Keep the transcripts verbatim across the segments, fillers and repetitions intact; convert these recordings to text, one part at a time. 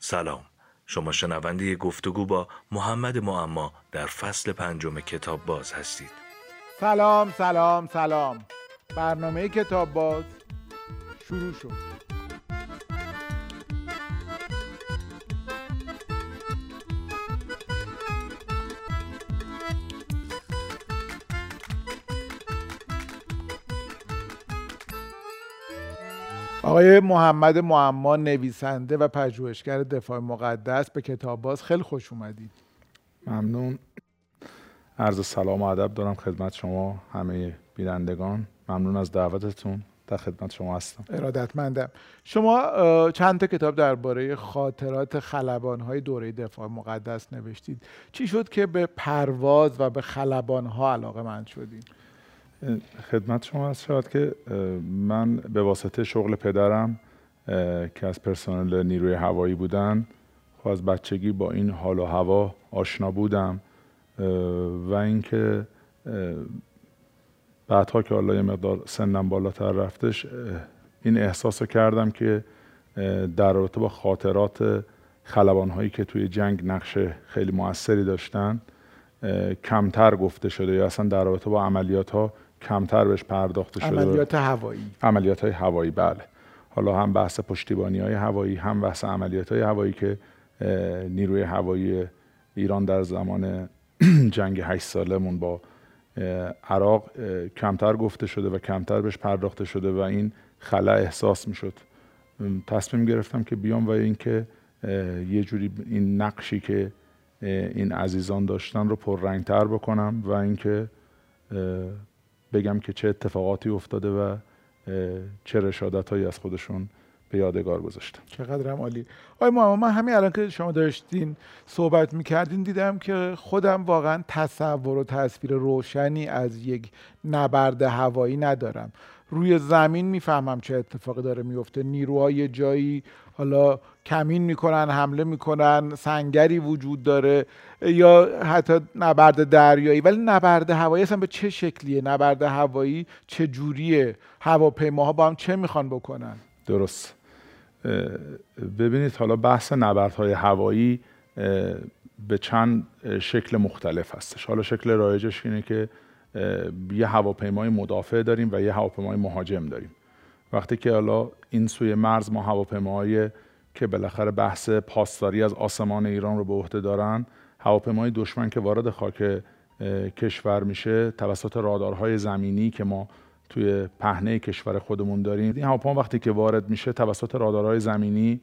سلام، شما شنونده گفتگو با محمد معما در فصل پنجم کتاب باز هستید. سلام سلام سلام. برنامه کتاب باز شروع شد. آقای محمد معما، نویسنده و پژوهشگر دفاع مقدس، به کتاب باز خیلی خوش اومدید. ممنون. عرض سلام و ادب دارم خدمت شما همه بینندگان. ممنون از دعوتتون، در خدمت شما هستم. ارادتمندم. شما چند تا کتاب درباره خاطرات خلبان‌های دوره دفاع مقدس نوشتید. چی شد که به پرواز و به خلبان‌ها علاقه‌مند شدید؟ خدمت شما هست شد که من به واسطه شغل پدرم که از پرسنل نیروی هوایی بودن، خب از بچگی با این حال و هوا آشنا بودم و اینکه بعدها که حالا یه مقدار سنم بالاتر رفتش این احساس رو کردم که در رابطه با خاطرات خلبان‌هایی که توی جنگ نقش خیلی موثری داشتن کمتر گفته شده یا اصلا در رابطه با عملیات‌ها کمتر بهش پرداخته شده. عملیات هوایی. عملیات های هوایی، بله. حالا هم بحث پشتیبانی های هوایی، هم بحث عملیات های هوایی که نیروی هوایی ایران در زمان جنگ هشت سالمون با عراق کمتر گفته شده و کمتر بهش پرداخته شده و این خلا احساس میشد. تصمیم گرفتم که بیام و اینکه یه جوری این نقشی که این عزیزان داشتن رو پررنگ‌تر بکنم و اینکه بگم که چه اتفاقاتی افتاده و چه رشادت‌هایی از خودشون به یادگار گذاشتن. چقدر هم عالی. آقای معما، من همین الان که شما داشتین صحبت می‌کردین دیدم که خودم واقعا تصور و تصویر روشنی از یک نبرد هوایی ندارم. روی زمین میفهمم چه اتفاقی داره میفته. نیروهای یه جایی حالا کمین میکنن، حمله میکنن، سنگری وجود داره یا حتی نبرد دریایی، ولی نبرد هوایی اصلا به چه شکلیه؟ نبرد هوایی چه جوریه؟ هواپیماها با هم چه میخوان بکنن؟ درست. ببینید حالا بحث نبردهای هوایی به چند شکل مختلف هستش. حالا شکل رایجش اینه که یه هواپیمای مدافع داریم و یه هواپیمای مهاجم داریم. وقتی که حالا این سوی مرز ما هواپیماهای که بالاخره بحث پاسداری از آسمان ایران رو به عهده دارن، هواپیمای دشمن که وارد خاک کشور میشه توسط رادارهای زمینی که ما توی پهنه کشور خودمون داریم، این هواپیما وقتی که وارد میشه توسط رادارهای زمینی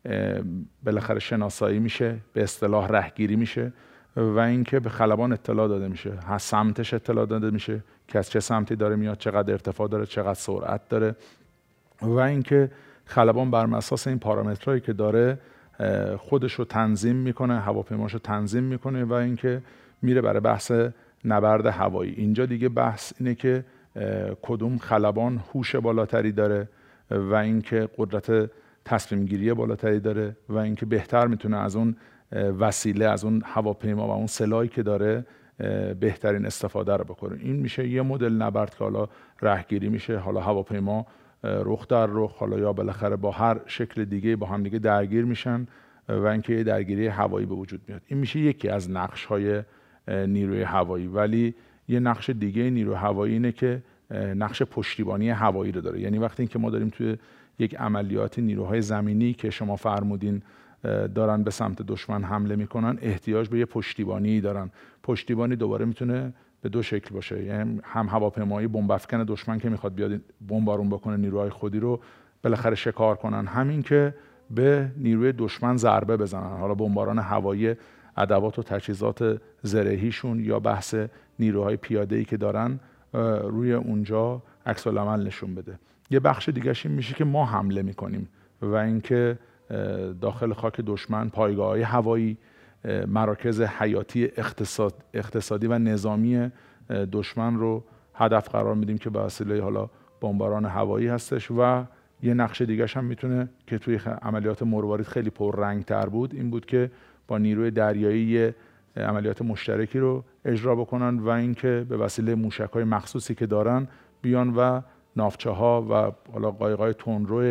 بالاخره شناسایی میشه، به اصطلاح رهگیری میشه و اینکه به خلبان اطلاع داده میشه، از سمتش اطلاع داده میشه که از چه سمتی داره میاد، چقدر ارتفاع داره، چقدر سرعت داره و اینکه خلبان بر اساس این پارامترهایی که داره خودش رو تنظیم میکنه، هواپیماش رو تنظیم میکنه و اینکه میره برای بحث نبرد هوایی. اینجا دیگه بحث اینه که کدوم خلبان هوش بالاتری داره و اینکه قدرت تصمیم گیری بالاتری داره و اینکه بهتر میتونه از اون وسیله، از اون هواپیما و اون سلاحی که داره بهترین استفاده رو بکنه. این میشه یه مدل نبرد که حالا رهگیری میشه، حالا هواپیما رخ در رخ، حالا یا بالاخره با هر شکل دیگه با هم دیگه درگیر میشن و اینکه یه درگیری هوایی به وجود میاد. این میشه یکی از نقش‌های نیروی هوایی. ولی یه نقش دیگه نیروی هوایی اینه که نقش پشتیبانی هوایی رو داره. یعنی وقتی که ما داریم توی یک عملیات نیروهای زمینی که شما فرمودین دارن به سمت دشمن حمله میکنن، احتیاج به یه پشتیبانی دارن. پشتیبانی دوباره میتونه به دو شکل باشه، یعنی هم هواپیمایی بمب افکن دشمن که میخواد بیاد بمبارون بکنه نیروهای خودی رو بالاخره شکار کنن، همین که به نیروی دشمن ضربه بزنن، حالا بمباران هوایی، ادوات و تجهیزات زرهیشون یا بحث نیروهای پیاده‌ای که دارن روی اونجا عکس العمل نشون بده. یه بخش دیگه‌ش این میشه که ما حمله میکنیم و اینکه داخل خاک دشمن پایگاه‌های هوایی، مراکز حیاتی اقتصاد، اقتصادی و نظامی دشمن رو هدف قرار میدیم که به وسیله حالا بمباران هوایی هستش. و یه نقش دیگه‌ش هم میتونه که توی عملیات مروارید خیلی پررنگ‌تر بود، این بود که با نیروی دریایی عملیات مشترکی رو اجرا بکنن و اینکه به وسیله موشک‌های مخصوصی که دارن بیان و ناوچه‌ها و حالا قایق‌های تندرو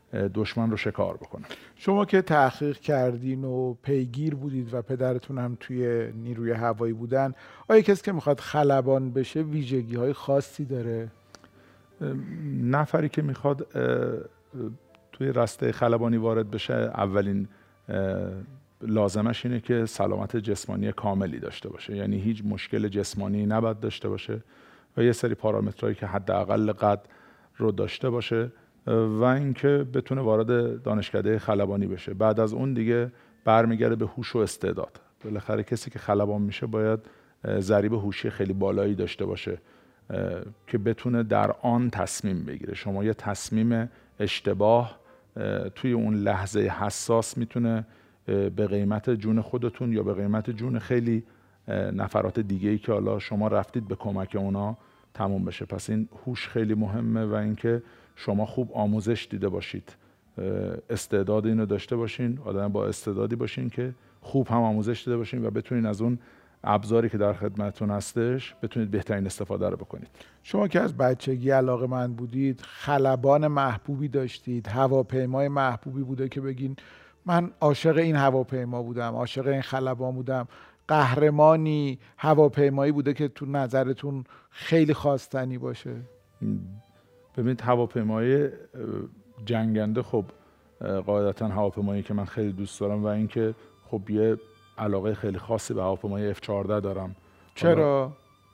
دشمن رو شکار بکنه. شما که تحقیق کردین و پیگیر بودید و پدرتون هم توی نیروی هوایی بودن، آیا کسی که میخواد خلبان بشه ویژگی های خاصی داره؟ نفری که میخواد توی رسته خلبانی وارد بشه اولین لازمش اینه که سلامت جسمانی کاملی داشته باشه، یعنی هیچ مشکل جسمانی نباید داشته باشه و یه سری پارامترهایی که حداقل قد رو داشته باشه و اینکه بتونه وارد دانشکده خلبانی بشه. بعد از اون دیگه برمیگرده به هوش و استعداد. بالاخره کسی که خلبان میشه باید ضریب هوشی خیلی بالایی داشته باشه که بتونه در آن تصمیم بگیره. شما یه تصمیم اشتباه توی اون لحظه حساس میتونه به قیمت جون خودتون یا به قیمت جون خیلی نفرات دیگه‌ای که حالا شما رفتید به کمک اونا تموم بشه. پس این هوش خیلی مهمه و اینکه شما خوب آموزش دیده باشید، استعداد اینو داشته باشین، آدم با استعدادی باشین که خوب هم آموزش دیده باشین و بتونین از اون ابزاری که در خدمتتون هستش بتونید بهترین استفاده رو بکنید. شما که از بچگی علاقه‌مند بودید، خلبان محبوبی داشتید، هواپیمای محبوبی بوده که بگین من عاشق این هواپیما بودم، عاشق این خلبان بودم، قهرمانی هواپیمایی بوده که تو نظرتون خیلی خواستنی باشه؟ ببینید هواپیمای جنگنده خب قاعدتا هواپیمایی که من خیلی دوست دارم و اینکه خب یه علاقه خیلی خاصی به هواپیمای اف چهارده دارم. چرا؟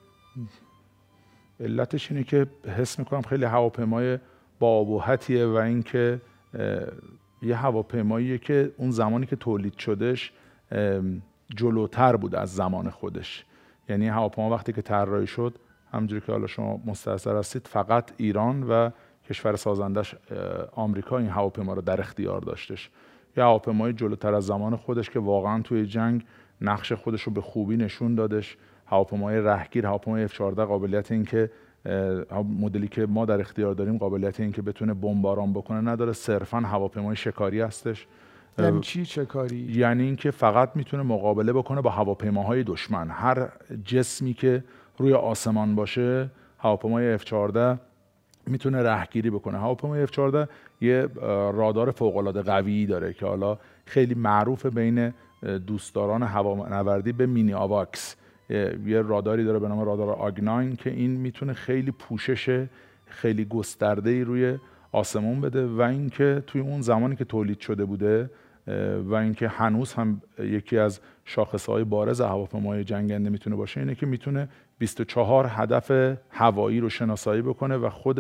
علتش اینه که حس میکنم خیلی هواپیمای با ابهتیه و اینکه یه هواپیماییه که اون زمانی که تولید شدش جلوتر بود از زمان خودش. یعنی هواپیما وقتی که طراحی شد، همونجوری که حالا شما مستحضر هستید، فقط ایران و کشور سازندش آمریکا این هواپیما رو در اختیار داشتش. یه هواپیمای جلوتر از زمان خودش که واقعا توی جنگ نقش خودش رو به خوبی نشون دادش. هواپیمای رهگیر، هواپیمای اف چهارده قابلیت این که مدلی که ما در اختیار داریم قابلیت این که بتونه بمباران بکنه نداره، صرفا هواپیمای شکاری هستش. یعنی چی شکاری؟ یعنی اینکه فقط میتونه مقابله بکنه با هواپیماهای دشمن. هر جسمی که روی آسمان باشه هواپیمای اف چهارده میتونه رهگیری بکنه. هواپیمای اف چهارده یه رادار فوق‌العاده قوی داره که حالا خیلی معروف بین دوستداران هوانوردی به مینی آواکس. یه راداری داره به نام رادار آگ نه که این میتونه خیلی پوشش خیلی گسترده‌ای روی آسمون بده و اینکه توی اون زمانی که تولید شده بوده و اینکه هنوز هم یکی از شاخصهای بارز هواپیمای جنگنده میتونه باشه اینه که میتونه بیست و چهار هدف هوایی رو شناسایی بکنه و خود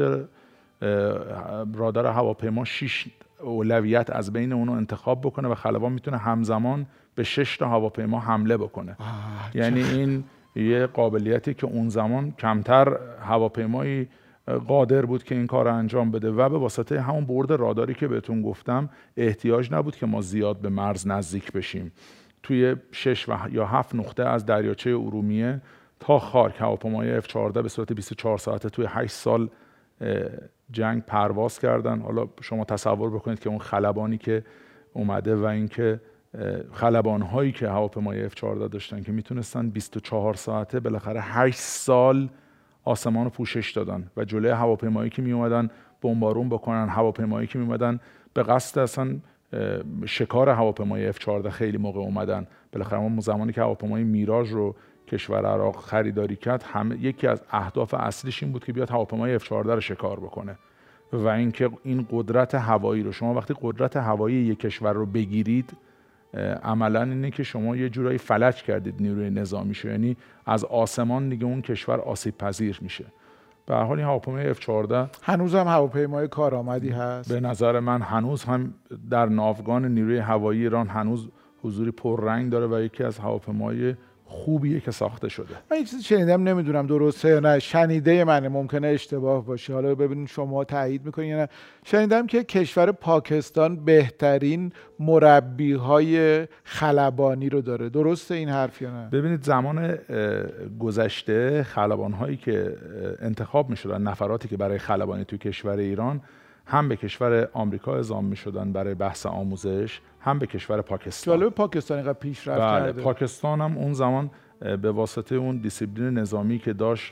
رادار هواپیما شش اولویت از بین اونو انتخاب بکنه و خلبان میتونه همزمان به شش تا هواپیما حمله بکنه. یعنی این یه قابلیتی که اون زمان کمتر هواپیمایی قادر بود که این کار رو انجام بده و به واسطه همون برد راداری که بهتون گفتم احتیاج نبود که ما زیاد به مرز نزدیک بشیم. توی شش و یا هفت نقطه از دریاچه ارومیه تا خارک هواپیمای اف چهارده به صورت بیست و چهار ساعته توی هشت سال جنگ پرواز کردن. حالا شما تصور بکنید که اون خلبانی که اومده و اینکه خلبان‌هایی که هواپیمای اف چهارده داشتن که میتونستن بیست و چهار ساعته بالاخره هشت سال آسمان رو پوشش دادن و جلوی هواپیمایی که می اومدن بمبارون بکنن، هواپیمایی که می اومدن به قصد اصلا شکار هواپیمای اف چهارده خیلی موقع اومدن. بالاخره ما زمانی که هواپیمای میراژ رو کشور عراق خریداری کرد، هم یکی از اهداف اصلیش این بود که بیاد هواپیمای اف چهارده رو شکار بکنه و اینکه این قدرت هوایی رو، شما وقتی قدرت هوایی یک کشور رو بگیرید عملا اینه که شما یه جورایی فلج کردید نیروی نظامیشو، یعنی از آسمان دیگه اون کشور آسیب پذیر میشه. به هر حال این هواپیمای اف چهارده هنوز هم هواپیمای کارآمدی هست. به نظر من هنوز هم در ناوگان نیروی هوایی ایران هنوز حضوری پررنگ داره و یکی از هواپیمای خوبیه که ساخته شده. من یک چیزی شنیدم، نمیدونم درسته یا نه، شنیده منه، ممکنه اشتباه باشه، حالا ببینید شما تایید میکنین یا نه. شنیدم که کشور پاکستان بهترین مربی‌های خلبانی رو داره، درسته این حرف یا نه؟ ببینید زمان گذشته خلبان‌هایی که انتخاب می‌شدن، نفراتی که برای خلبانی توی کشور ایران هم به کشور آمریکا اعزام می‌شدن برای بحث آموزش، هم به کشور پاکستان. جالب پاکستان اینقدر پیشرفت کرده. پاکستان هم اون زمان به واسطه اون دیسیپلین نظامی که داشت،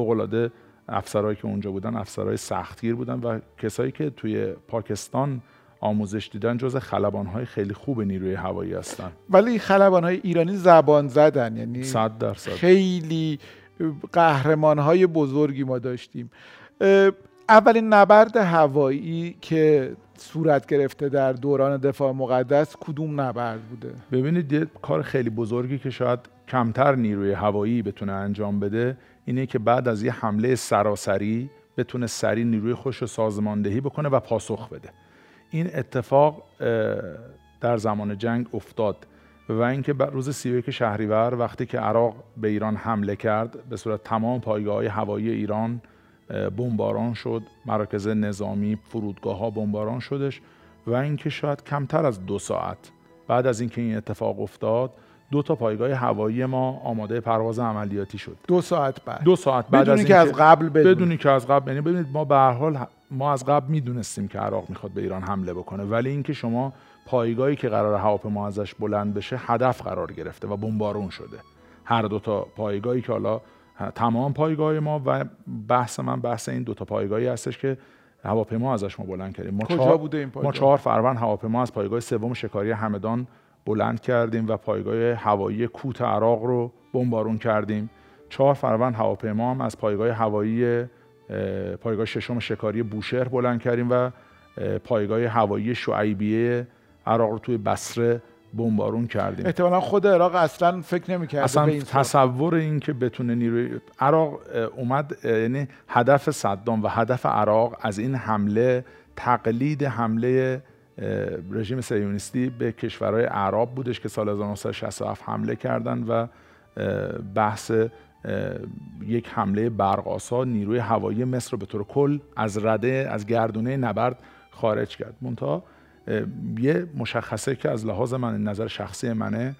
فوق‌العاده افسرهایی که اونجا بودن افسرهای سختگیر بودن و کسایی که توی پاکستان آموزش دیدن جز خلبان‌های خیلی خوب نیروی هوایی هستن. ولی خلبان‌های ایرانی زبان زدن، یعنی صد درصد خیلی قهرمان‌های بزرگی ما داشتیم. اولین نبرد هوایی که صورت گرفته در دوران دفاع مقدس کدوم نبرد بوده؟ ببینید یه کار خیلی بزرگی که شاید کمتر نیروی هوایی بتونه انجام بده اینه که بعد از یه حمله سراسری بتونه سریع نیروی خودش رو سازماندهی بکنه و پاسخ بده. این اتفاق در زمان جنگ افتاد و اینکه روز سی و یک شهریور وقتی که عراق به ایران حمله کرد به صورت تمام پایگاه‌های هوایی ایران بمباران شد، مراکز نظامی، فرودگاه‌ها بمباران شدش و اینکه شاید کمتر از دو ساعت بعد از اینکه این اتفاق افتاد دو تا پایگاه هوایی ما آماده پرواز عملیاتی شد. دو ساعت بعد دو ساعت بعد بدونی از که از قبل بدونی. بدونی که از قبل یعنی ببینید ما به هر حال ما از قبل میدونستیم که عراق میخواد به ایران حمله بکنه، ولی اینکه شما پایگاهی که قرار هواپیما ازش بلند بشه هدف قرار گرفته و بمبارون شده. هر دو تا پایگاهی که حالا تمام پایگاه ما و بحث من بحث این دو تا پایگاهی هستش که هواپیما ازش ما بلند کردیم. ما کجا چهار بوده این پایگاه؟ ما چهار فروند هواپیما از پایگاه سوم شکاری همدان بلند کردیم و پایگاه هوایی کوت عراق رو بمبارون کردیم. چهار فروند هواپیما هم از پایگاه هوایی پایگاه ششم شکاری بوشهر بلند کردیم و پایگاه هوایی شعیبیه عراق رو توی بصره بمبارون کردیم. احتمالاً خود عراق اصلا فکر نمی‌کرد اصلا به این تصور این که بتونه نیروی عراق اومد، یعنی هدف صدام و هدف عراق از این حمله تقلید حمله رژیم صهیونیستی به کشورهای عرب بودش که سال هزار و نهصد و شصت و هفت حمله کردن و بحث یک حمله برق‌آسا نیروی هوایی مصر رو به طور کل از رده از گردونه نبرد خارج کرد. منتها یه مشخصه که از لحاظ من نظر شخصی منه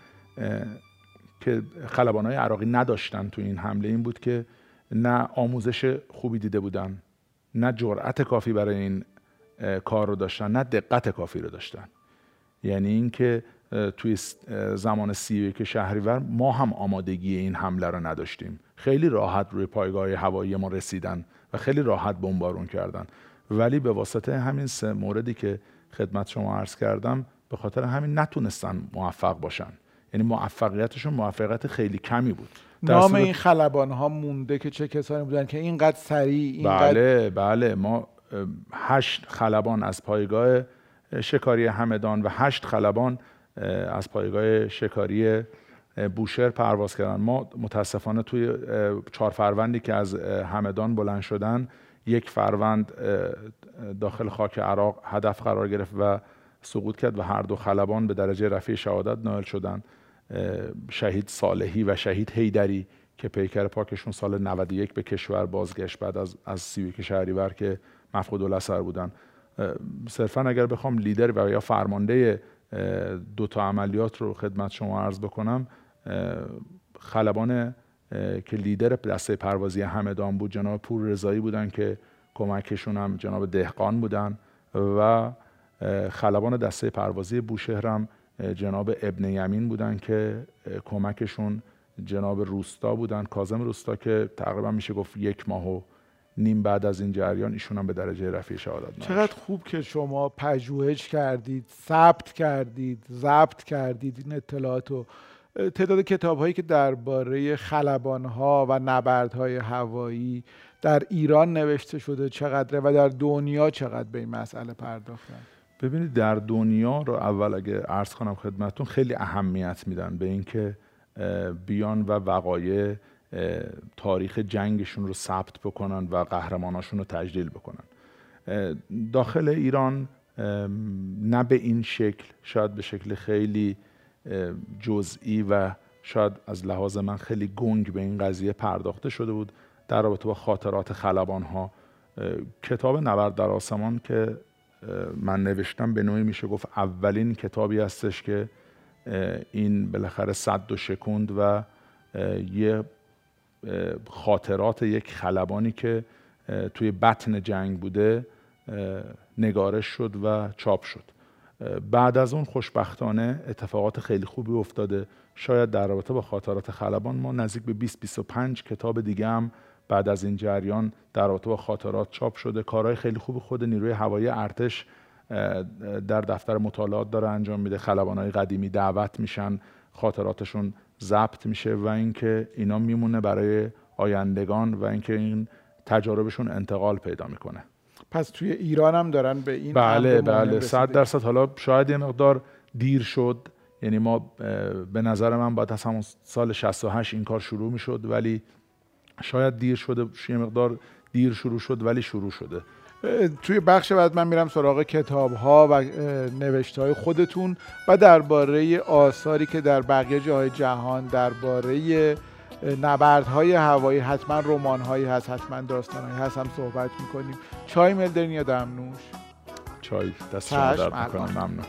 که خلبانای عراقی نداشتن تو این حمله این بود که نه آموزش خوبی دیده بودن، نه جرأت کافی برای این کار رو داشتن، نه دقت کافی رو داشتن. یعنی اینکه توی زمان سی و یک شهریور ما هم آمادگی این حمله رو نداشتیم. خیلی راحت روی پایگاه هوایی ما رسیدن و خیلی راحت بمبارون کردن، ولی به واسطه همین سه موردی که خدمت شما عرض کردم به خاطر همین نتونستن موفق باشن. یعنی موفقیتشون موفقیت خیلی کمی بود. نام این خلبان ها مونده که چه کسانی بودن که اینقدر سریع اینقدر بله بله ما هشت خلبان از پایگاه شکاری همدان و هشت خلبان از پایگاه شکاری بوشهر پرواز کردن. ما متاسفانه توی چهار فروندی که از همدان بلند شدن یک فروند داخل خاک عراق هدف قرار گرفت و سقوط کرد و هر دو خلبان به درجه رفیع شهادت نائل شدند. شهید صالحی و شهید حیدری که پیکر پاکشون سال نود و یک به کشور بازگشت بعد از از سی و یک شهریور که مفقود الاثر بودن. صرفا اگر بخوام لیدر و یا فرمانده دو تا عملیات رو خدمت شما عرض بکنم، خلبان که لیدر دسته پروازی همدان بود جناب پور رضایی بودن که کمکشون هم جناب دهقان بودن و خلبان دسته پروازی بوشهر هم جناب ابن یمین بودن که کمکشون جناب روستا بودن، کاظم روستا که تقریبا میشه گفت یک ماه و نیم بعد از این جریان ایشون هم به درجه رفیع شهادت. چقدر خوب که شما پژوهش کردید، ثبت کردید، ضبط کردید این اطلاعاتو. تعداد کتاب‌هایی که درباره خلبان‌ها و نبردهای هوایی در ایران نوشته شده چقدره و در دنیا چقدر به این مسئله پرداختن؟ ببینید در دنیا رو اول اگه عرض کنم خدمتتون خیلی اهمیت میدن به اینکه بیان و وقایع تاریخ جنگشون رو ثبت بکنن و قهرماناشون رو تجلیل بکنن. داخل ایران نه به این شکل، شاید به شکل خیلی جزئی و شاید از لحاظ من خیلی گنگ به این قضیه پرداخته شده بود در رابطه با خاطرات خلبان‌ها. کتاب نبرد در آسمان که من نوشتم به نوعی میشه گفت اولین کتابی هستش که این بالاخره صد و شکوند و یه خاطرات یک خلبانی که توی بطن جنگ بوده نگارش شد و چاپ شد. بعد از اون خوشبختانه اتفاقات خیلی خوبی افتاده. شاید در رابطه با خاطرات خلبان ما نزدیک به بیست بیست و پنج کتاب دیگه هم بعد از این جریان در رابطه با خاطرات چاپ شده. کارهای خیلی خوب خود نیروی هوایی ارتش در دفتر مطالعات داره انجام میده، خلبان‌های قدیمی دعوت میشن، خاطراتشون ضبط میشه و اینکه اینا میمونه برای آیندگان و اینکه این تجاربشون انتقال پیدا میکنه. پس توی ایران هم دارن به این بله بله صد درصد. حالا شاید یه مقدار دیر شد، یعنی ما به نظر من باید از همون سال شصت و هشت این کار شروع میشد، ولی شاید دیر شده، یه مقدار دیر شروع شد ولی شروع شده. توی بخش بعد من میرم سراغ کتاب ها و نوشته های خودتون و درباره آثاری که در بقیه جاهای جهان درباره نبردهای هوایی، حتما رمان هایی هست، حتما داستان هایی هست، هم صحبت میکنیم. چای میل یا دمنوش؟ چای. دست شما درد میکنم. ممنون.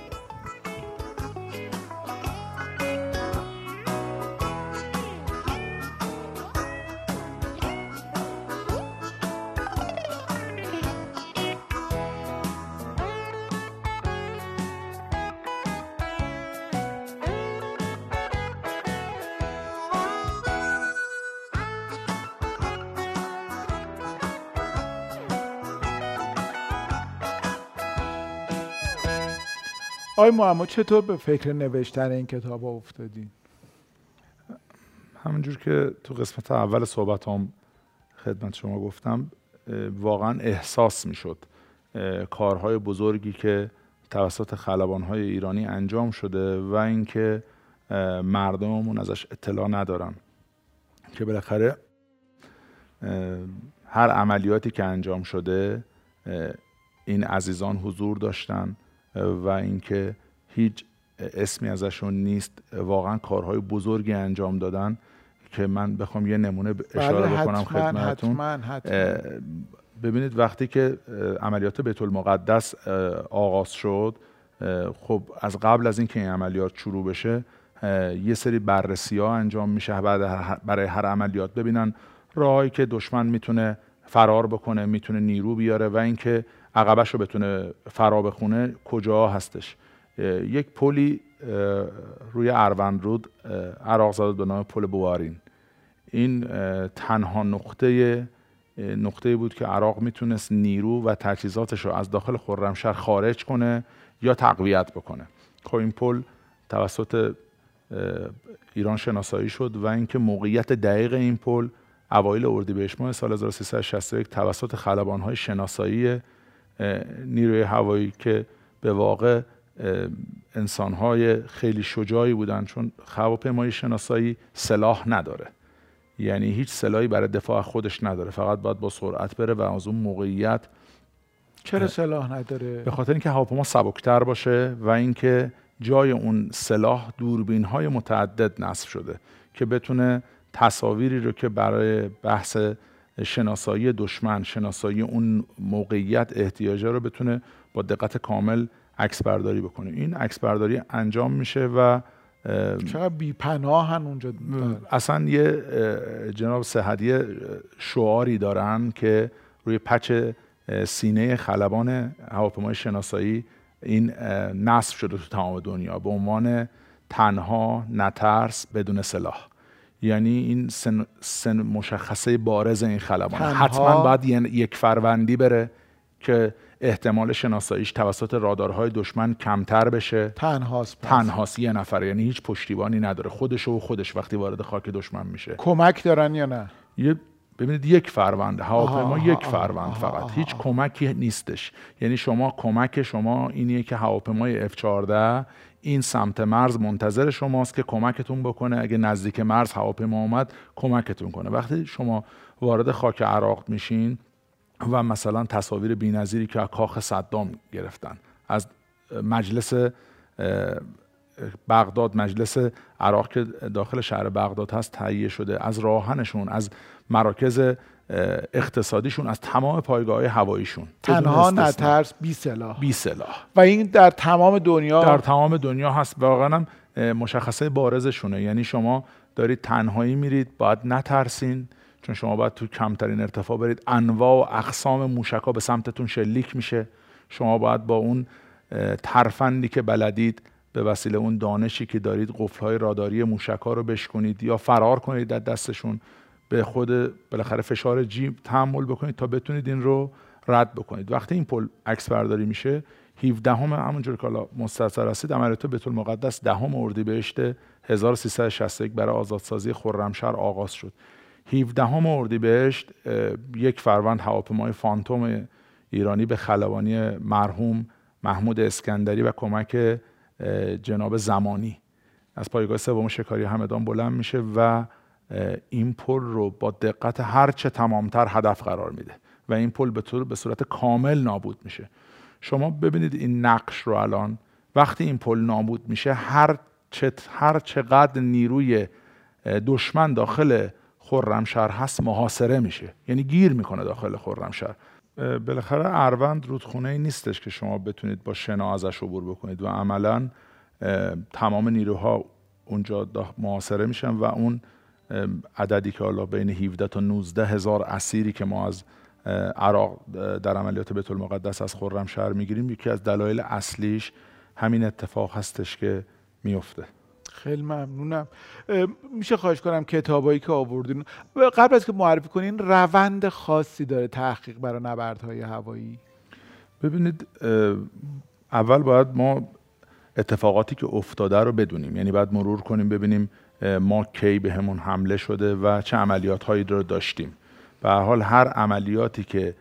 آقای معما چطور به فکر نوشتن این کتاب ها افتادین؟ همونجور که تو قسمت اول صحبت هم خدمت شما گفتم، واقعا احساس میشد کارهای بزرگی که توسط خلبانهای ایرانی انجام شده و اینکه مردممون ازش اطلاع ندارن، که بالاخره هر عملیاتی که انجام شده این عزیزان حضور داشتن و اینکه هیچ اسمی ازشون نیست. واقعا کارهای بزرگی انجام دادن که من بخوام یه نمونه اشاره بله بکنم خدمتتون. حتما حتما. ببینید وقتی که عملیات بیت المقدس آغاز شد، خب از قبل از اینکه این عملیات شروع بشه یه سری بررسی ها انجام میشه بعد برای هر عملیات، ببینن راهی که دشمن میتونه فرار بکنه، میتونه نیرو بیاره و اینکه عقبش رو بتونه فرا بخونه کجا هستش. یک پلی روی اروندرود عراق زده به نام پل بوارین. این تنها نقطه نقطه بود که عراق میتونست نیرو و تجهیزاتش رو از داخل خرمشهر خارج کنه یا تقویت بکنه. خب این پل توسط ایران شناسایی شد و اینکه موقعیت دقیق این پل اوایل اردیبهشت ماه سال هزار و سیصد و شصت و یک توسط خلبان‌های شناسایی نیروی هوایی که به واقع انسان‌های خیلی شجاعی بودن، چون هواپیمای شناسایی سلاح نداره، یعنی هیچ سلاحی برای دفاع خودش نداره، فقط باید با سرعت بره و از اون موقعیت. چرا سلاح نداره؟ به خاطر اینکه هواپیما سبکتر باشه و اینکه جای اون سلاح دوربین‌های متعدد نصب شده که بتونه تصاویری رو که برای بحث شناسایی دشمن، شناسایی اون موقعیت احتیاجه رو بتونه با دقت کامل عکس برداری بکنه. این عکس برداری انجام میشه و چقدر بی‌پناهن اونجا. اصلا یه جناب سحدیه شعاری دارن که روی پچ سینه خلبان هواپیمای شناسایی این نصب شده تو تمام دنیا به عنوان تنها، نترس، بدون سلاح. یعنی این سن, سن مشخصه بارز این خلبان. حتما باید یک فروندی بره که احتمال شناساییش توسط رادارهای دشمن کمتر بشه. تنهاست. تنهاست، یه نفر، یعنی هیچ پشتیبانی نداره، خودش و خودش وقتی وارد خاک دشمن میشه. کمک دارن یا نه؟ یه ببینید یک فروند هواپیما، یک فروند فقط، آها هیچ آها. کمکی نیستش. یعنی شما کمک شما اینیه که هواپیمای اف چهارده این سمت مرز منتظر شماست که کمکتون بکنه، اگه نزدیک مرز هواپیما اومد کمکتون کنه. وقتی شما وارد خاک عراق میشین و مثلا تصاویر بی‌نظیری که از کاخ صدام گرفتن، از مجلس بغداد، مجلس عراق که داخل شهر بغداد هست تهیه شده، از راهنشون، از مراکز اقتصادیشون، از تمام پایگاه‌های هواییشون، تنها، نترس، بی سلاح. بی سلاح و این در تمام دنیا در تمام دنیا هست. واقعا هم مشخصه بارزشونه. یعنی شما دارید تنهایی میرید، باید نترسین، چون شما باید تو کمترین ارتفاع برید، انواع و اقسام موشک‌ها به سمتتون شلیک میشه، شما باید با اون ترفندی که بلدید به وسیله اون دانشی که دارید قفل‌های راداری موشک‌ها رو بشکنید یا فرار کنید از دستشون، به خود بالاخره فشار جی تحمل بکنید تا بتونید این رو رد بکنید. وقتی این پل عکس برداری میشه، هفدهم همونجور که حالا مستظهر هستید عملیات بیت المقدس دهم اردیبهشت هزار و سیصد و شصت و یک برای آزادسازی خرمشهر آغاز شد. هفدهم اردیبهشت یک فروند هواپیمای فانتوم ایرانی به خلبانی مرحوم محمود اسکندری و کمک جناب زمانی از پایگاه سوم شکاری همدان بلند میشه و این پل رو با دقت هرچه تمامتر هدف قرار میده و این پل به طور به صورت کامل نابود میشه. شما ببینید این نقش رو الان وقتی این پل نابود میشه هر چه هر چقدر نیروی دشمن داخل خرمشهر هست محاصره میشه، یعنی گیر میکنه داخل خرمشهر. بالاخره اروند رودخونه ای نیستش که شما بتونید با شنا ازش عبور بکنید و عملا تمام نیروها اونجا محاصره میشن و اون عددی که حالا بین هفده تا نوزده هزار اسیری که ما از عراق در عملیات بیت المقدس از خرمشهر میگیریم یکی از دلایل اصلیش همین اتفاق هستش که میفته. خیلی ممنونم. میشه خواهش کنم کتابایی که آوردین قبل از که معرفی کنین روند خاصی داره تحقیق برای نبردهای هوایی؟ ببینید اول باید ما اتفاقاتی که افتاده رو بدونیم، یعنی باید مرور کنیم ببینیم ما کی به همون حمله شده و چه عملیات هایی رو داشتیم. به هر حال هر عملیاتی که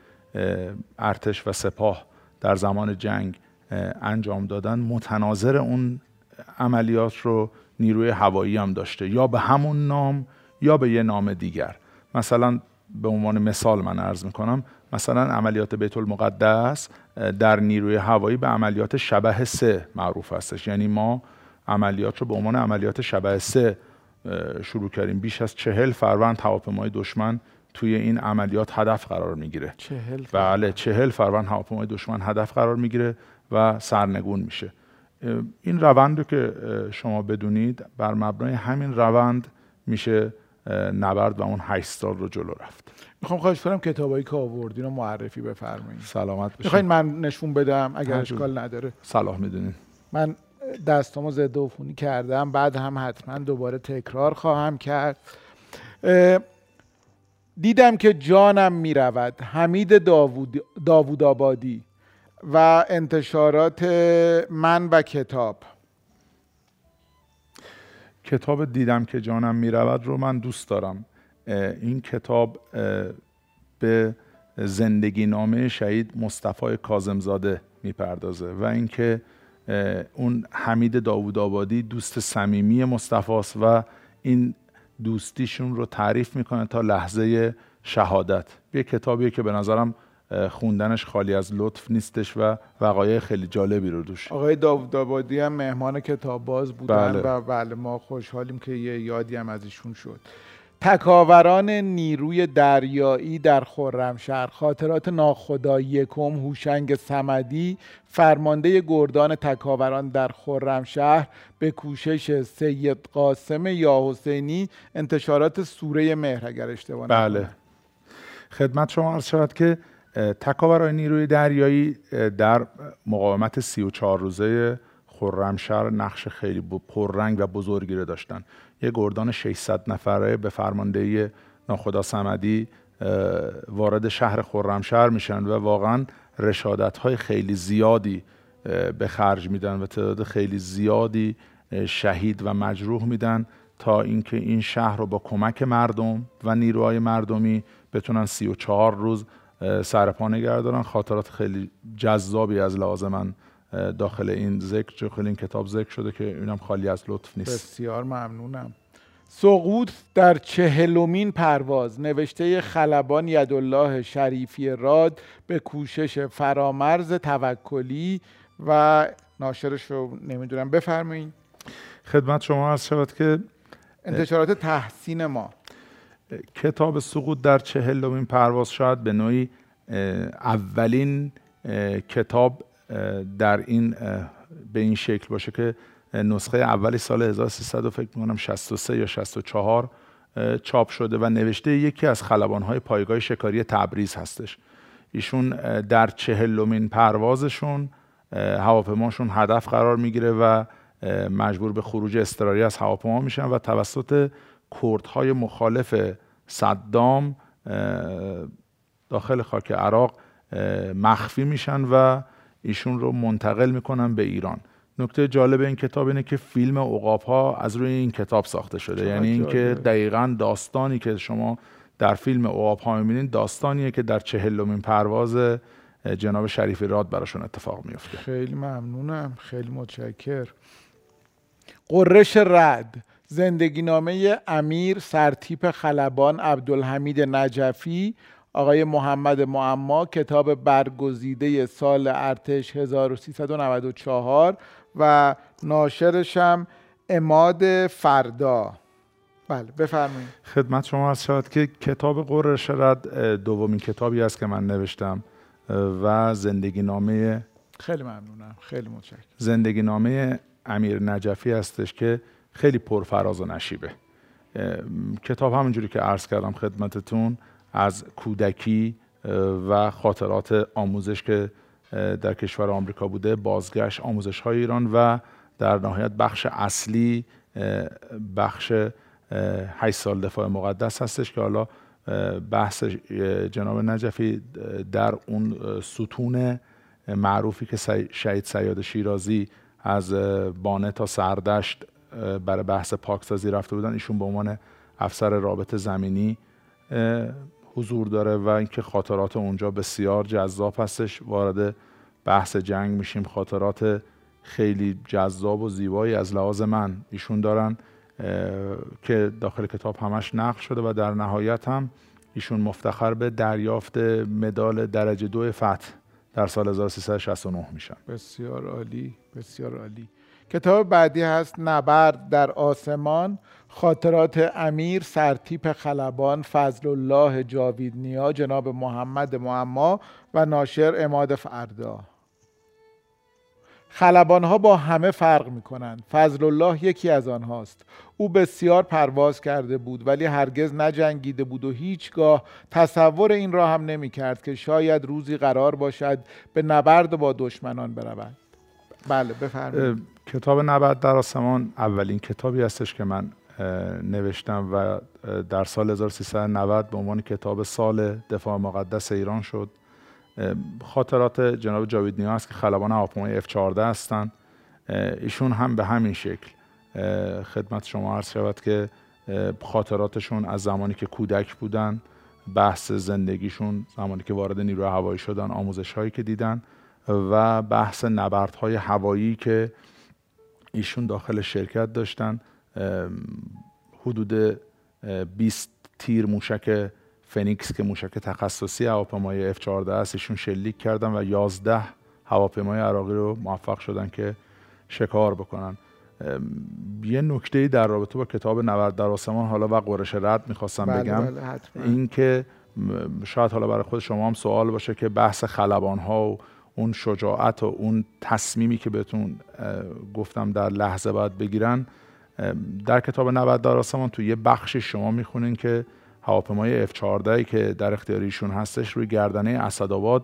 ارتش و سپاه در زمان جنگ انجام دادن متناظر اون عملیات رو نیروی هوایی هم داشته، یا به همون نام یا به یه نام دیگر. مثلا به عنوان مثال من عرض میکنم، مثلا عملیات بیت المقدس در نیروی هوایی به عملیات شبح سه معروف هستش، یعنی ما عملیات رو به عنوان عملیات شبح سه شروع کردیم. بیش از چهل فروند هواپیمای دشمن توی این عملیات هدف قرار میگیره. چهل بله چهل فروند هواپیمای دشمن هدف قرار میگیره و سرنگون میشه. این روند رو که شما بدونید بر مبنای همین روند میشه نبرد و اون هشت سال رو جلو رفت. میخوام خواهش کنم کتابایی که آوردین رو معرفی بفرمایید. سلامت باشید. میخواین من نشون بدم اگر اشکال نداره؟ صلاح میدونین. من دستامو ضد عفونی کردم، بعد هم حتما دوباره تکرار خواهم کرد. دیدم که جانم میرود، حمید داوود داوود آبادی و انتشارات من و کتاب. کتاب دیدم که جانم میرود رو من دوست دارم. این کتاب به زندگی نامه شهید مصطفی کاظمزاده میپردازه و اینکه اون حمید داوود آبادی دوست صمیمی مصطفی است و این دوستیشون رو تعریف میکنه تا لحظه شهادت. یه کتابیه که به نظرم خوندنش خالی از لطف نیستش و وقایع خیلی جالبی رو دوش. آقای داوود آبادی هم مهمان کتاب باز بودن. بله. و بله ما خوشحالیم که یه یادی هم از ایشون شد. تکاوران نیروی دریایی در خرمشهر، خاطرات ناخدا یکم هوشنگ صمدی، فرمانده گردان تکاوران در خرمشهر، به کوشش سید قاسم یاحسینی، انتشارات سوره مهر اگر اشتباه نکنم. بله. خدمت شما عرض شود که تکاوران نیروی دریایی در مقاومت سی و چهار روزه خرمشهر نقش خیلی پررنگ و بزرگی رو داشتن. یک گردان ششصد نفره به فرماندهی ناخدا صمدی وارد شهر خرمشهر میشن و واقعا رشادت‌های خیلی زیادی به خرج میدن و تعداد خیلی زیادی شهید و مجروح میدن تا اینکه این شهر رو با کمک مردم و نیروهای مردمی بتونن سی و چهار روز سرپا نگه دارن. خاطرات خیلی جذابی از لحاظ من داخل این ذکر داخل این کتاب ذکر شده که اینم خالی از لطف نیست. بسیار ممنونم. سقوط در چهلمین پرواز، نوشته خلبان یدالله شریفی راد، به کوشش فرامرز توکلی و ناشرش رو نمیدونم بفرمایید. خدمت شما عرض شود که انتشارات تحسین ما. کتاب سقوط در چهلمین پرواز شاید به نوعی اولین کتاب در این به این شکل باشه که نسخه اولی سال هزار و سیصد و فکر می‌کنم شصت و سه یا شصت و چهار چاپ شده و نوشته یکی از خلبان‌های پایگاه شکاری تبریز هستش. ایشون در چهلمین پروازشون هواپیماشون هدف قرار میگیره و مجبور به خروج اضطراری از هواپیما میشن و توسط کردهای مخالف صدام داخل خاک عراق مخفی میشن و ایشون رو منتقل میکنن به ایران. نکته جالب این کتاب اینه که فیلم عقاب‌ها از روی این کتاب ساخته شده، یعنی اینکه دقیقاً داستانی که شما در فیلم عقاب‌ها می‌بینید داستانیه که در چهلمین پرواز جناب شریفی راد براشون اتفاق میفته. خیلی ممنونم، خیلی متشکر. قرش رعد، زندگی نامه امیر سرتیپ خلبان عبدالحمید نجفی، آقای محمد معما، کتاب برگزیده سال ارتش هزار و سیصد و نود و چهار و ناشرش هم عماد فردا. بله بفرمایید. خدمت شما عرض شود که کتاب قرش رعد دومین کتابی است که من نوشتم و زندگی نامه خیلی ممنونم، خیلی متشکرم. زندگی نامه امیر نجفی هستش که خیلی پرفراز و نشیبه. کتاب همونجوری که عرض کردم خدمتتون از کودکی و خاطرات آموزش که در کشور آمریکا بوده، بازگشت، آموزش های ایران و در نهایت بخش اصلی بخش هشت سال دفاع مقدس هستش که حالا بحث جناب نجفی در اون ستون معروفی که شهید صیاد شیرازی از بانه تا سردشت برای بحث پاکسازی رفته بودن، ایشون به عنوان افسر رابط زمینی حضور داره و اینکه خاطرات اونجا بسیار جذاب هستش. وارد بحث جنگ میشیم، خاطرات خیلی جذاب و زیبایی از لحاظ من ایشون دارن که داخل کتاب همش نقل شده و در نهایت هم ایشون مفتخر به دریافت مدال درجه دو فتح در سال هزار و سیصد و شصت و نه میشن. بسیار عالی، بسیار عالی. کتاب بعدی هست نبرد در آسمان، خاطرات امیر سرتیپ خلبان فضل الله جاویدنیا جناب محمد معما و ناشر عماد فردا. خلبان ها با همه فرق می کنند. فضل الله یکی از آنهاست. او بسیار پرواز کرده بود ولی هرگز نجنگیده بود و هیچگاه تصور این را هم نمی کرد که شاید روزی قرار باشد به نبرد با دشمنان برود. بله بفرمایید. کتاب نبرد در آسمان اولین کتابی هستش که من نوشتم و در سال هزار و سیصد و نود به عنوان کتاب سال دفاع مقدس ایران شد. خاطرات جناب جاویدنیا است که خلبان هواپیمای اف چهارده هستند. ایشون هم به همین شکل خدمت شما عرض شود که خاطراتشون از زمانی که کودک بودن، بحث زندگیشون زمانی که وارد نیروی هوایی شدن، آموزش هایی که دیدن و بحث نبردهای هوایی که ایشون داخل شرکت داشتن. حدود بیست تیر موشک فنیکس که موشک تخصصی هواپیمای اف چهارده است ایشون شلیک کردن و یازده هواپیمای عراقی رو موفق شدن که شکار بکنن. یه نکته‌ای در رابطه با کتاب نبرد در آسمان حالا و قرش رعد میخواستم بله بگم. بله این که شاید حالا برای خود شما هم سوال باشه که بحث خلبان ها و اون شجاعت و اون تصمیمی که بهتون گفتم در لحظه باید بگیرن، در کتاب نبرد در آسمان تو یه بخشی شما میخونین که هواپیمای اف چهارده که در اختیار ایشون هستش روی گردنه اسدآباد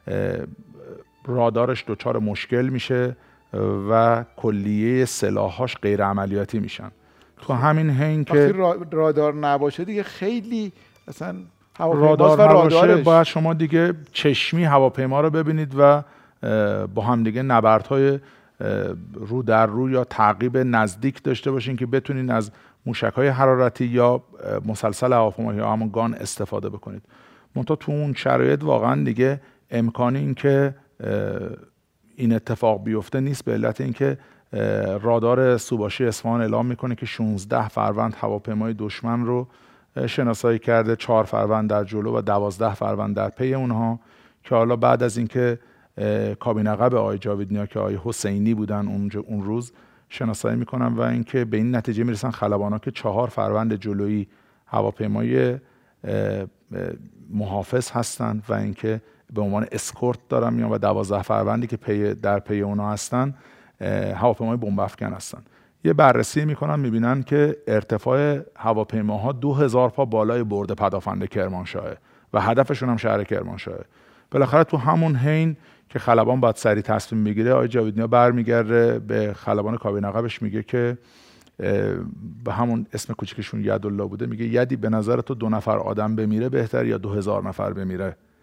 رادارش دچار مشکل میشه و کلیه سلاحاش غیر عملیاتی میشن. تو همین حین که رادار نباشه دیگه خیلی اصلا رادار نباشه باید شما دیگه چشمی هواپیما رو ببینید و با هم دیگه نبردهای رو در رو یا تعقیب نزدیک داشته باشین که بتونین از موشک‌های حرارتی یا مسلسل هواپیما یا همون گان استفاده بکنید. منتها تو اون شرایط واقعا دیگه امکانی این که این اتفاق بیفته نیست، به علت اینکه رادار سوباشی اصفهان اعلام میکنه که شانزده فروند هواپیمای دشمن رو شناسایی کرده، چهار فروند در جلو و دوازده فروند در پی اونها، که حالا بعد از اینکه کابین عقب آقای جاویدنیا که آقای حسینی بودن اونجا اون روز شناسایی میکنن و اینکه به این نتیجه میرسن خلبانا که چهار فروند جلویی هواپیمای محافظ هستند و اینکه به عنوان اسکورت دارن میان و دوازده فروندی که پی در پی اونا هستن هواپیمای بمب افکن هستن. یه بررسی میکنن میبینن که ارتفاع هواپیماها دو هزار پا بالای برد پدافند کرمانشاهه و هدفشون هم شهر کرمانشاهه. بالاخره تو همون حین که خلبان باید سریع تصمیم بگیره، آقای جاویدنیا برمیگرده به خلبان کابین عقبش میگه که به همون اسم کوچیکشون یدالله بوده، میگه یدی به نظر تو دو نفر آدم بمیره بهتر یا دو هزار نفر بمیره؟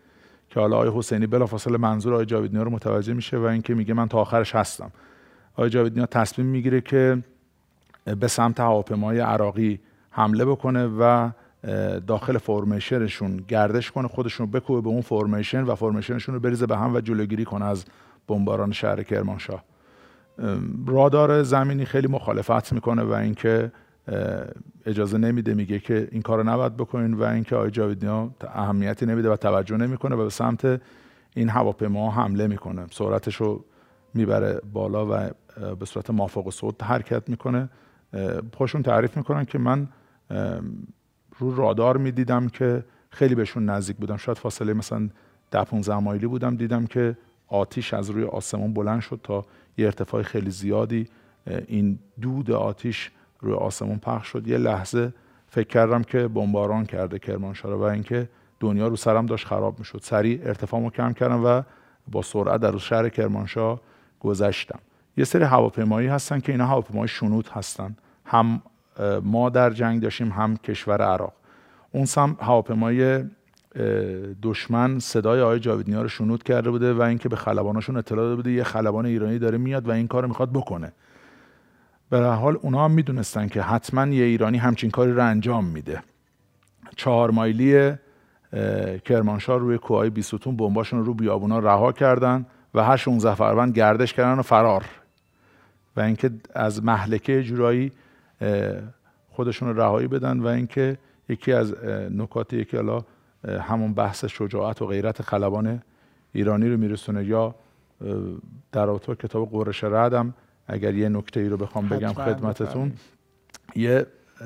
که حالا آقای حسینی بلافاصله منظور آقای جاویدنیا رو متوجه میشه و اینکه میگه من تا آخرش هستم. آقای جاویدنیا تصمیم میگیره که به سمت هواپیمای عراقی حمله بکنه و داخل فرمیشنشون گردش کنه، خودشون رو بکوبه به اون فرمیشن و فرمیشنشون رو بریزه به هم و جلوگیری کنه از بمباران شهر کرمانشاه. رادار زمینی خیلی مخالفت میکنه و اینکه اجازه نمیده، میگه که این کارو نباید بکنین و اینکه آقای جاویدنیا اهمیتی نمیده و توجه نمیکنه و به سمت این هواپیما حمله میکنه. سرعتش رو میبره بالا و به صورت مافوق الصوت حرکت میکنه. خودشون تعریف میکنن که من رو رادار میدیدم که خیلی بهشون نزدیک بودم، شاید فاصله مثلا ده پانزده مایلی بودم، دیدم که آتیش از روی آسمون بلند شد تا یه ارتفاع خیلی زیادی، این دود آتیش روی آسمون پخش شد. یه لحظه فکر کردم که بمباران کرده کرمانشاه و اینکه دنیا رو سرم داشت خراب میشد. سریع ارتفاعمو کم کردم و با سرعت در شهر کرمانشاه گذشتم. یه سری هواپیمایی هستن که اینا هواپیمای شنود هستن، هم ما در جنگ داشتیم هم کشور عراق. اون سم هواپیمای دشمن صدای آقای جاویدنیا رو شنود کرده بوده و اینکه به خلباناشون اطلاع داده بوده یه خلبان ایرانی داره میاد و این کارو میخواد بکنه. به هر حال اونا هم میدونستن که حتما یه ایرانی همچین کاری رو انجام میده. چهار مایلی کرمانشاه روی کوههای بیستون بمباشون رو رو بیابونا رها کردن و هر شانزده فروند گردش کردن و فرار و اینکه از مهلکه جورایی خودشون رو رهایی بدن و اینکه یکی از نکات یکی حالا همون بحث شجاعت و غیرت خلبان ایرانی رو میرسونه. یا در رابطه کتاب قرش رعدم اگر یه نکته ای رو بخوام بگم خدمتتون، یه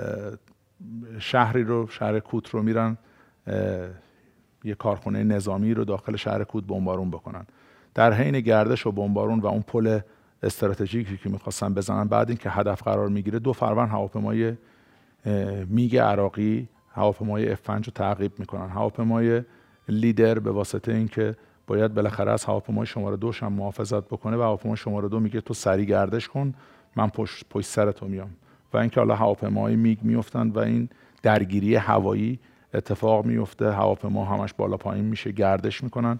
شهری رو شهر کوت رو میرن یه کارخونه نظامی رو داخل شهر کوت بمبارون بکنن. در حین گردش و بمبارون و اون پل استراتژیکی که میخواستن بزنن، بعد اینکه هدف قرار میگیره دو فروند هواپیمای میگ عراقی هواپیمای اف پنج رو تعقیب میکنن. هواپیمای لیدر به واسطه اینکه باید بالاخره از هواپیمای شماره دوش هم محافظت بکنه و هواپیمای شماره دو میگه تو سریع گردش کن، من پشت پشت سر تو میام و اینکه حالا هواپیمای میگ میافتن و این درگیری هوایی اتفاق میفته. هواپیما همش بالا پایین میشه، گردش میکنن.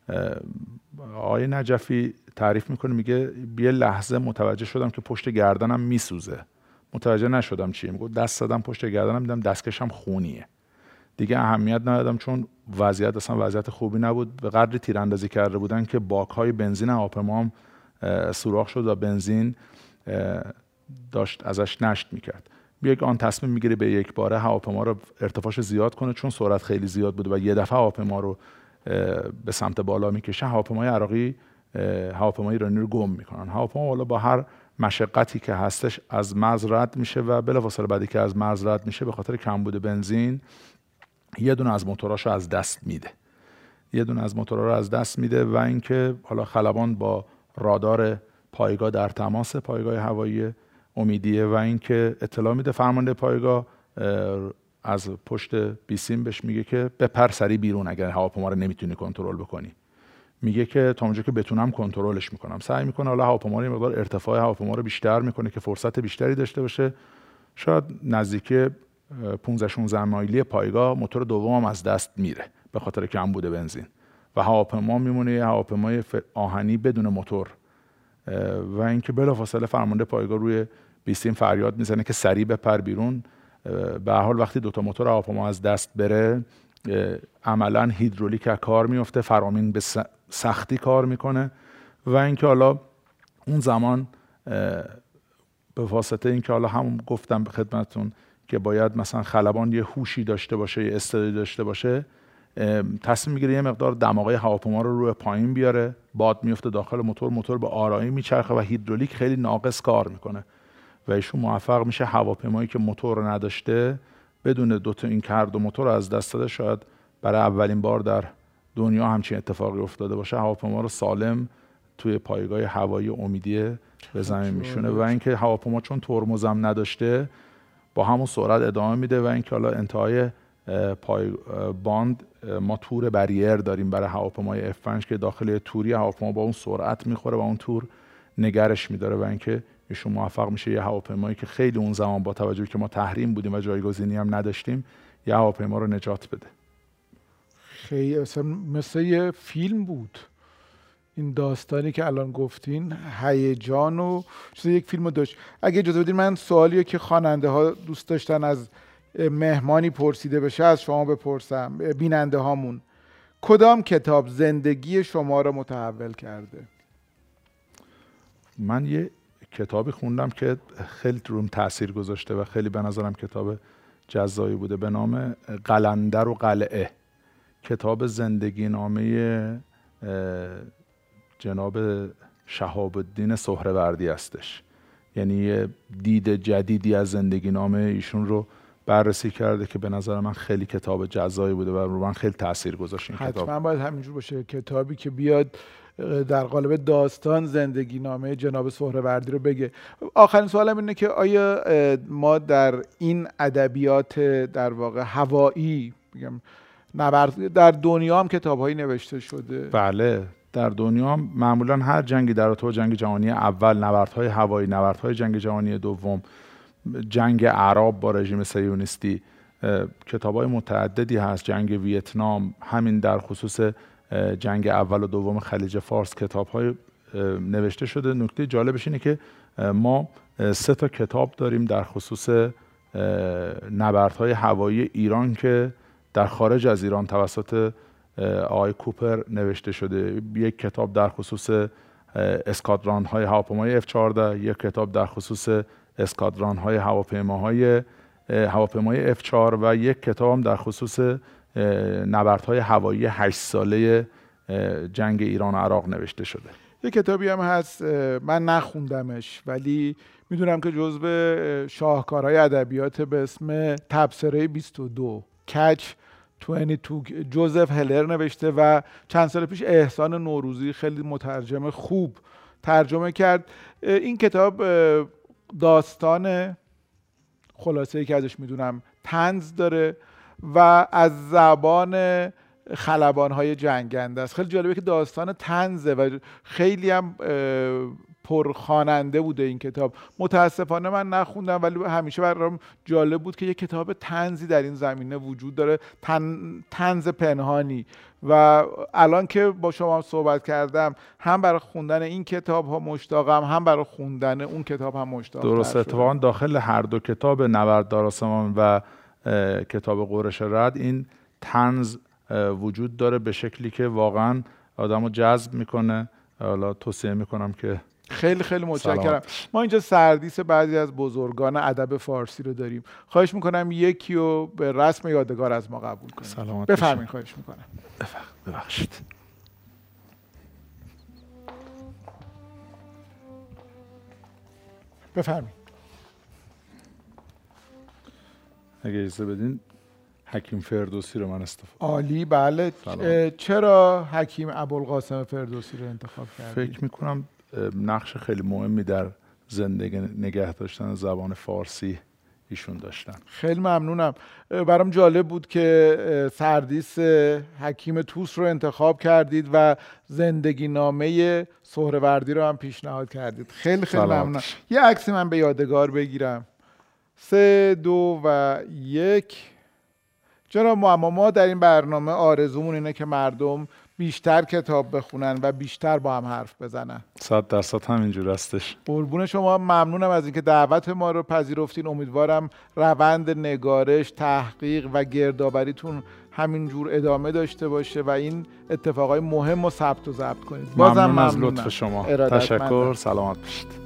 آقای نجفی تعریف میکنه، میگه یه لحظه متوجه شدم که پشت گردنم میسوزه، متوجه نشدم چیه. میگه دست زدم پشت گردنم، دیدم دستکشم خونیه. دیگه اهمیت ندادم چون وضعیت اصلا وضعیت خوبی نبود. به قدری تیراندازی کرده بودن که باک‌های بنزین هواپیما هم سوراخ شد و بنزین داشت ازش نشت میکرد. بیاک آن تصمیم میگیره به یک باره هواپیما رو ارتفاعش زیاد کنه چون سرعت خیلی زیاد بود و یه دفعه هواپیما رو به سمت بالا میکشه. هواپیمای عراقی هواپیمای ایرانی رو گم میکنن. هواپیما والا با هر مشقتی که هستش از مرز رد میشه و بلافاصله بعدی که از مرز رد میشه به خاطر کمبود بنزین یه دونه از موتوراشو از دست میده. یه دونه از موتورها رو از دست میده و اینکه حالا خلبان با رادار پایگاه در تماس، پایگاه هوایی امیدیه، و اینکه اطلاع میده فرمانده پایگاه از پشت بیسیم بهش میگه که بپر سری بیرون اگر هواپیما رو نمیتونی کنترل بکنی. میگه که تا اونجا که بتونم کنترلش میکنم. سعی میکنه حالا هواپیما رو مقدار ارتفاع هواپیما رو بیشتر میکنه که فرصت بیشتری داشته باشه. شاید نزدیک پانزده شانزده مایلی پایگاه موتور دوم از دست میره به خاطر کمبود بنزین و هواپیما میمونه یه هواپیمای آهنی بدون موتور و اینکه بلافاصله فرمانده پایگاه روی بیسیم فریاد میزنه که سریع بپر بیرون. به هر حال وقتی دوتا موتور هواپیما از دست بره عملا هیدرولیک کار میفته، فرامین به سختی کار میکنه و اینکه حالا اون زمان به واسطه اینکه حالا همون گفتم به خدمتتون که باید مثلا خلبان یه هوشی داشته باشه، یه استعدادی داشته باشه، تصمیم میگیره یه مقدار دماغه هواپیما رو روی پایین بیاره، باد میفته داخل موتور، موتور به آرامی میچرخه و هیدرولیک خیلی ناقص کار میکنه و ایشون موفق میشه هواپیمایی که موتور نداشته بدون دوتا این که هر دو موتور از دست داده، شاید برای اولین بار در دنیا همچین اتفاقی افتاده باشه، هواپیما رو سالم توی پایگاه هوایی امیدیه به زمین میشونه و اینکه هواپیما چون ترمز هم نداشته با همون سرعت ادامه میده و اینکه حالا انتهای پای باند ما تور بریر داریم برای هواپیمای اف پنج که داخل توری هواپیما با اون سرعت میخوره و اون تور نگرش میداره و اینکه ایشون موفق میشه یه هواپیمایی که خیلی اون زمان با توجه که ما تحریم بودیم و جایگزینی هم نداشتیم یه هواپیما رو نجات بده. خیلی مثل, مثل یه فیلم بود این داستانی که الان گفتین، هیجان و چیز یک فیلم داشت. اگه اجازه بدین من سوالیه که خواننده ها دوست داشتن از مهمانی پرسیده بشه از شما بپرسم، بیننده هامون. کدام کتاب زندگی شما رو متحول کرده؟ من یه کتابی خوندم که خیلی روم تأثیر گذاشته و خیلی به نظرم کتاب جزایی بوده، به نام قلندر و قلعه. کتاب زندگی نامه جناب شهاب الدین سهروردی هستش. یعنی یه دید جدیدی از زندگی نامه ایشون رو بررسی کرده که به نظر من خیلی کتاب جزایی بوده و رو من خیلی تأثیر گذاشت این کتاب. حتما باید همینجور باشه، کتابی که بیاد در قالب داستان زندگی نامه جناب سهروردی رو بگه. آخرین سوالم اینه که آیا ما در این ادبیات در واقع هوایی، بگم نبرد، در دنیا هم کتاب‌هایی نوشته شده؟ بله، در دنیا هم معمولا هر جنگی در تو جنگ جهانی اول، نبردهای هوایی، نبردهای جنگ جهانی دوم، جنگ اعراب با رژیم صهیونیستی، کتاب‌های متعددی هست. جنگ ویتنام، همین در خصوص جنگ اول و دوم خلیج فارس کتاب‌های نوشته شده. نکته جالبش اینه که ما سه تا کتاب داریم در خصوص نبردهای هوایی ایران که در خارج از ایران توسط آقای کوپر نوشته شده. یک کتاب در خصوص اسکادران‌های هواپیمای اف چهارده، یک کتاب در خصوص اسکادران‌های هواپیماهای هواپیمای اف چهار و یک کتاب هم در خصوص نبردهای هوایی هشت ساله جنگ ایران و عراق نوشته شده. یک کتابی هم هست من نخوندمش ولی میدونم که جزو شاهکارهای ادبیات به اسم تبصره بیست و دو، کچ بیست و دو، جوزف هلر نوشته و چند سال پیش احسان نوروزی خیلی مترجم خوب ترجمه کرد. این کتاب داستان خلاصه‌ای که ازش میدونم طنز داره و از زبان خلبان‌های جنگنده است. خیلی جالبه که داستان طنزه و خیلی هم پرخواننده بوده این کتاب. متاسفانه من نخوندم ولی همیشه برام جالب بود که یک کتاب طنزی در این زمینه وجود داره، تن، طنز پنهانی. و الان که با شما صحبت کردم هم برای خوندن این کتاب ها مشتاقم، هم برای خوندن اون کتاب هم مشتاقم. درست، اتفاقا داخل هر دو کتاب نبردار آسمان و کتاب غرش رد این طنز وجود داره به شکلی که واقعا آدمو جذب میکنه. حالا توصیه میکنم که خیلی خیلی متشکرم. ما اینجا سردیس بعضی از بزرگان ادب فارسی رو داریم. خواهش میکنم یکی رو به رسم یادگار از ما قبول کنید. بفرمایید. خواهش میکنم. ببخشید. بفرمایید. اگه اجازه بدین حکیم فردوسی رو من استفاده. عالی، بله. چرا حکیم ابوالقاسم فردوسی رو انتخاب کردید؟ فکر میکنم نقش خیلی مهمی در زندگی نگه داشتن زبان فارسی ایشون داشتن. خیلی ممنونم. برام جالب بود که سردیس حکیم طوس رو انتخاب کردید و زندگی نامه سهروردی رو هم پیشنهاد کردید. خیلی خیلی ممنونم. یه عکسی من به یادگار بگیرم. سه دو و یک. جناب معما، ما در این برنامه آرزومون اینه که مردم بیشتر کتاب بخونن و بیشتر با هم حرف بزنن. صد درصد همینجور هستش. قربون شما، ممنونم از اینکه دعوت ما رو پذیرفتین. امیدوارم روند نگارش، تحقیق و گردآوریتون همینجور ادامه داشته باشه و این اتفاقای مهم رو ثبت و ضبط کنید. بازم ممنون از لطف شما. تشکر. سلامت باشید.